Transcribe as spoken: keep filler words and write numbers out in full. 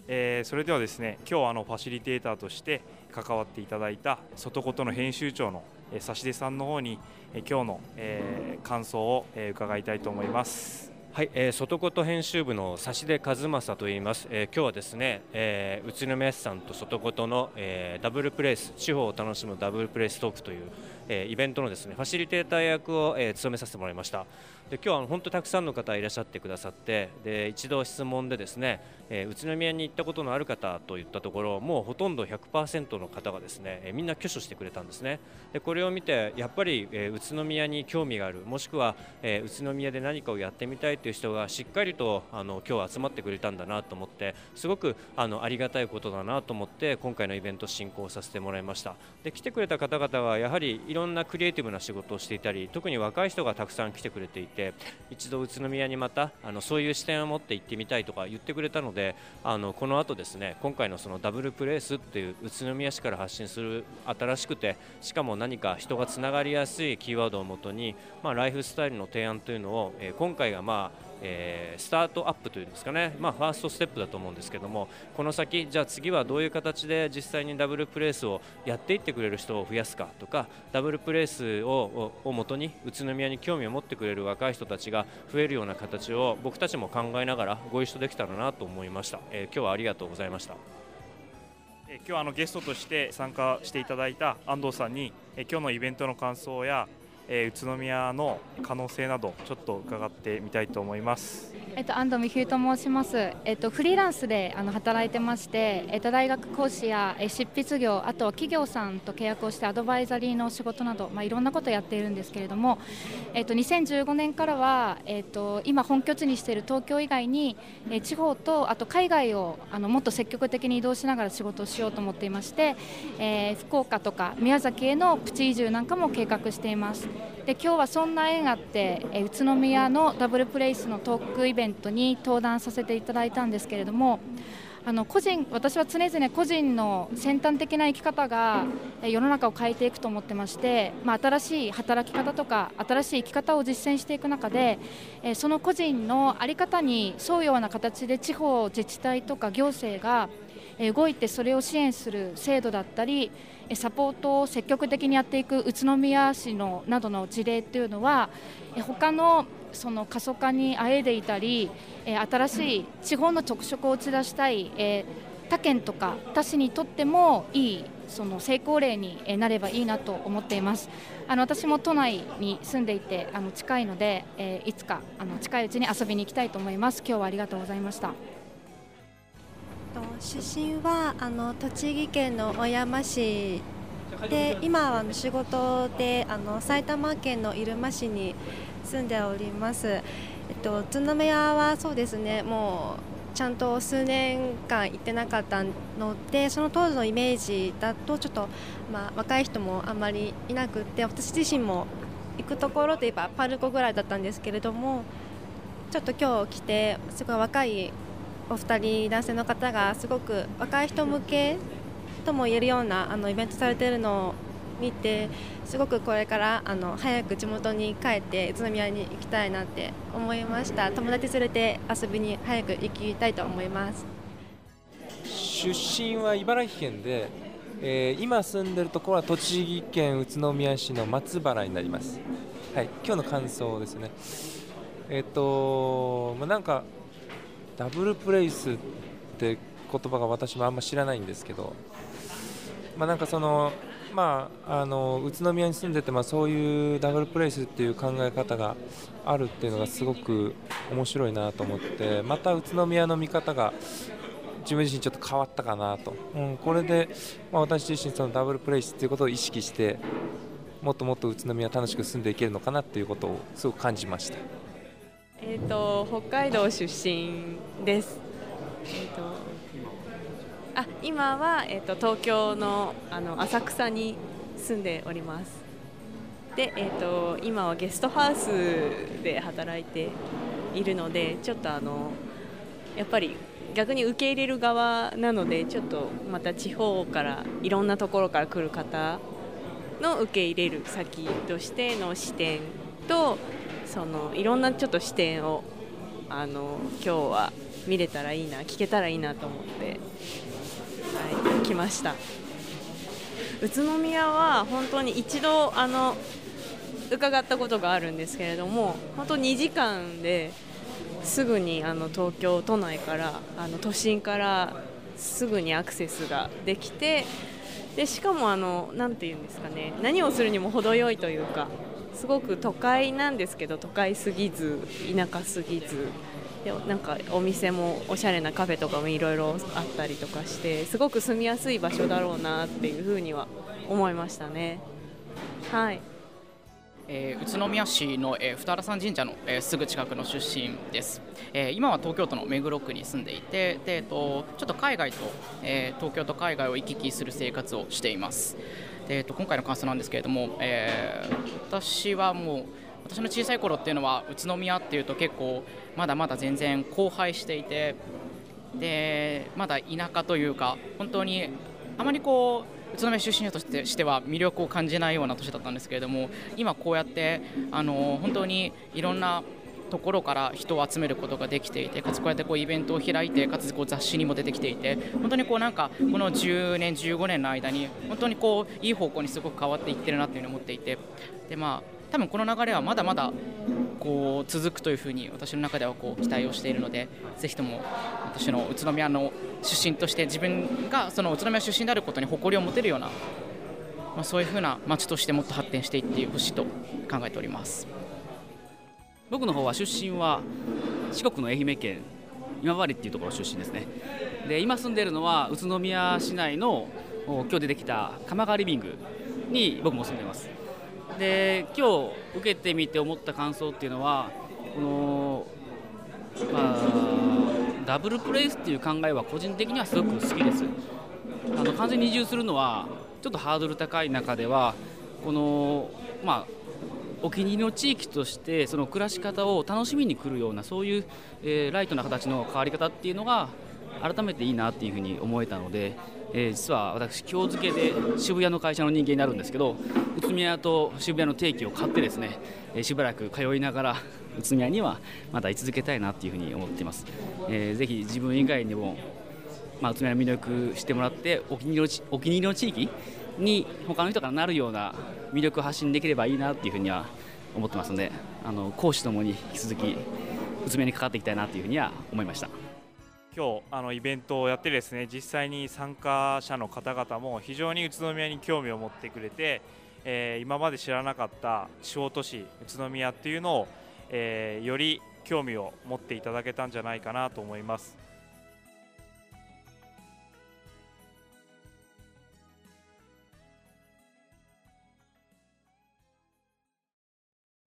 えーそれではですね、今日あのファシリテーターとして関わっていただいた外ことの編集長のえー指出さんの方にえー今日のえー感想をえー伺いたいと思います。 はい、えー、外こと編集部の指出和正と言います。えー今日はですね、えー宇都宮市さんと外ことの、えーダブルプレイス、地方を楽しむダブルプレイストークという、えーイベントのですねファシリテーター役を、えー務めさせてもらいました。で今日はあの本当たくさんの方いらっしゃってくださって、で一度質問でですね、えー宇都宮に行ったことのある方といったところ、もうほとんど ひゃくパーセント の方がですね、えーみんな挙手してくれたんですね。でこれを見てやっぱり、えー宇都宮に興味がある、もしくは、えー宇都宮で何かをやってみたいという人がしっかりとあの今日集まってくれたんだなと思って、すごくあのありがたいことだなと思って今回のイベント進行させてもらいました。で来てくれた方々はやはりいろんなクリエイティブな仕事をしていたり、特に若い人がたくさん来てくれていて、一度宇都宮にまたあのそういう視点を持って行ってみたいとか言ってくれたので、あのこの後ですね、今回のそのダブルプレイスっていう宇都宮市から発信する新しくて、しかも何か人がつながりやすいキーワードをもとに、まあ、ライフスタイルの提案というのを、えー今回がまあえースタートアップというんですかね、まあ、ファーストステップだと思うんですけども、この先じゃあ次はどういう形で実際にダブルプレイスをやっていってくれる人を増やすかとか、ダブルプレイスをををもとに宇都宮に興味を持ってくれる若い人たちが増えるような形を僕たちも考えながらご一緒できたらなと思いました。えー今日はありがとうございました。 えー今日はあのゲストとして参加していただいた安藤さんにえー今日のイベントの感想やえー宇都宮の可能性などちょっと伺ってみたいと思います。 えっと、安藤美冬と申します。えっと、フリーランスであの働いてまして、えっと、大学講師やえ執筆業、あとは企業さんと契約をしてアドバイザリーの仕事など、まあ、いろんなことをやっているんですけれども、えっと、にせんじゅうごねんからは、えっと、今本拠地にしている東京以外にえ地方とあと海外をあのもっと積極的に移動しながら仕事をしようと思っていまして、えー福岡とか宮崎へのプチ移住なんかも計画しています。で今日はそんな縁があって、えー宇都宮のダブルプレイスのトークイベントに登壇させていただいたんですけれども、あの個人私は常々個人の先端的な生き方がえー世の中を変えていくと思ってまして、まあ、新しい働き方とか新しい生き方を実践していく中で、えーその個人の在り方に沿うような形で地方自治体とか行政がえー動いてそれを支援する制度だったり、えーサポートを積極的にやっていく宇都宮市のなどの事例というのは、えー他のその過疎化にあえいでいたり、えー新しい地方の特色を打ち出したい、えー他県とか他市にとってもいいその成功例にえーなればいいなと思っています。あの私も都内に住んでいてあの近いので、えーいつかあの近いうちに遊びに行きたいと思います。今日はありがとうございました。 と出身はあの栃木県の小山市で、今はあの仕事であの埼玉県の入間市に住んでおります。えっと、宇都宮はそうですね、もうちゃんと数年間行ってなかったので、その当時のイメージだとちょっと、まあ、若い人もあんまりいなくって、私自身も行くところといえばパルコぐらいだったんですけれども、ちょっと今日来てすごい若いお二人男性の方がすごく若い人向けとも言えるようなあのイベントされているのを見て、すごくこれからあの早く地元に帰って宇都宮に行きたいなって思いました。友達連れて遊びに早く行きたいと思います。 出身は茨城県で、えー今住んでるところは栃木県宇都宮市の松原になります。はい、今日の感想ですね。えっ、と、まあ、なんかダブルプレイスって言葉が私もあんま知らないんですけど、まあ、なんかそのまあ、あの宇都宮に住んでて、まあ、そういうダブルプレイスっていう考え方があるっていうのがすごく面白いなと思って、また宇都宮の見方が自分自身ちょっと変わったかなと、うん、これで、まあ、私自身そのダブルプレイスっていうことを意識してもっともっと宇都宮楽しく住んでいけるのかなっていうことをすごく感じました。 えー、と北海道出身です。えー、とあ今は、えー、と東京 の, あの浅草に住んでおります。で、えー、と今はゲストハウスで働いているので、ちょっとあのやっぱり逆に受け入れる側なので、ちょっとまた地方からいろんなところから来る方の受け入れる先としての視点と、そのいろんなちょっと視点をあの今日は見れたらいいな、聞けたらいいなと思って、はい、来ました。宇都宮は本当に一度あの伺ったことがあるんですけれども、本当にじかんですぐにあの東京都内からあの都心からすぐにアクセスができて、でしかもあのなんていうんですかね、何をするにも程よいというか、すごく都会なんですけど都会すぎず田舎すぎずで、なんかお店もおしゃれなカフェとかもいろいろあったりとかして、すごく住みやすい場所だろうなっていうふうには思いましたね。はい。 えー、宇都宮市の、えー、二荒山神社の、えー、すぐ近くの出身です。えー、今は東京都の目黒区に住んでいて、で、えー、とちょっと海外と、えー、東京と海外を行き来する生活をしています。で、えー、と今回の感想なんですけれども、えー、私はもう私の小さい頃っていうのは宇都宮っていうと結構まだまだ全然荒廃していて、でまだ田舎というか本当にあまりこう宇都宮出身者としてしては魅力を感じないような年だったんですけれども、今こうやってあの本当にいろんなところから人を集めることができていて、かつこうやってこうイベントを開いて、かつこう雑誌にも出てきていて、本当にこうなんかこのじゅうねんじゅうごねんの間に本当にこういい方向にすごく変わっていってるなというふうに思っていて、でまあ多分この流れはまだまだこう続くというふうに私の中ではこう期待をしているので、ぜひとも私の宇都宮の出身として自分がその宇都宮出身であることに誇りを持てるような、まあ、そういうふうな町としてもっと発展していってほしいと考えております。 僕の方は出身は四国の愛媛県今治っていうところ出身ですね。で今住んでいるのは宇都宮市内の今日出てきた鎌川リビングに僕も住んでいます。で今日受けてみて思った感想っていうのは、この、まあ、ダブルプレイスっていう考えは個人的にはすごく好きです。あの完全に移住するのはちょっとハードル高い中では、この、まあ、お気に入りの地域としてその暮らし方を楽しみに来るような、そういう、えー、ライトな形の変わり方っていうのが改めていいなっていうふうに思えたので、えー、実は私今日付で渋谷の会社の人間になるんですけど、宇都宮と渋谷の定期を買ってですね、えー、しばらく通いながら宇都宮にはまだ居続けたいなっていうふうに思っています。えー、ぜひ自分以外にも、まあ、宇都宮の魅力してもらって、お気に入りのちお気に入りの地域に他の人からなるような魅力を発信できればいいなっていうふうには思ってますので、あの講師ともに引き続き宇都宮に関わっていきたいなというふうには思いました。 今日あのイベントをやってですね、実際に参加者の方々も非常に宇都宮に興味を持ってくれて、えー、今まで知らなかった地方都市宇都宮っていうのを、えー、より興味を持っていただけたんじゃないかなと思います。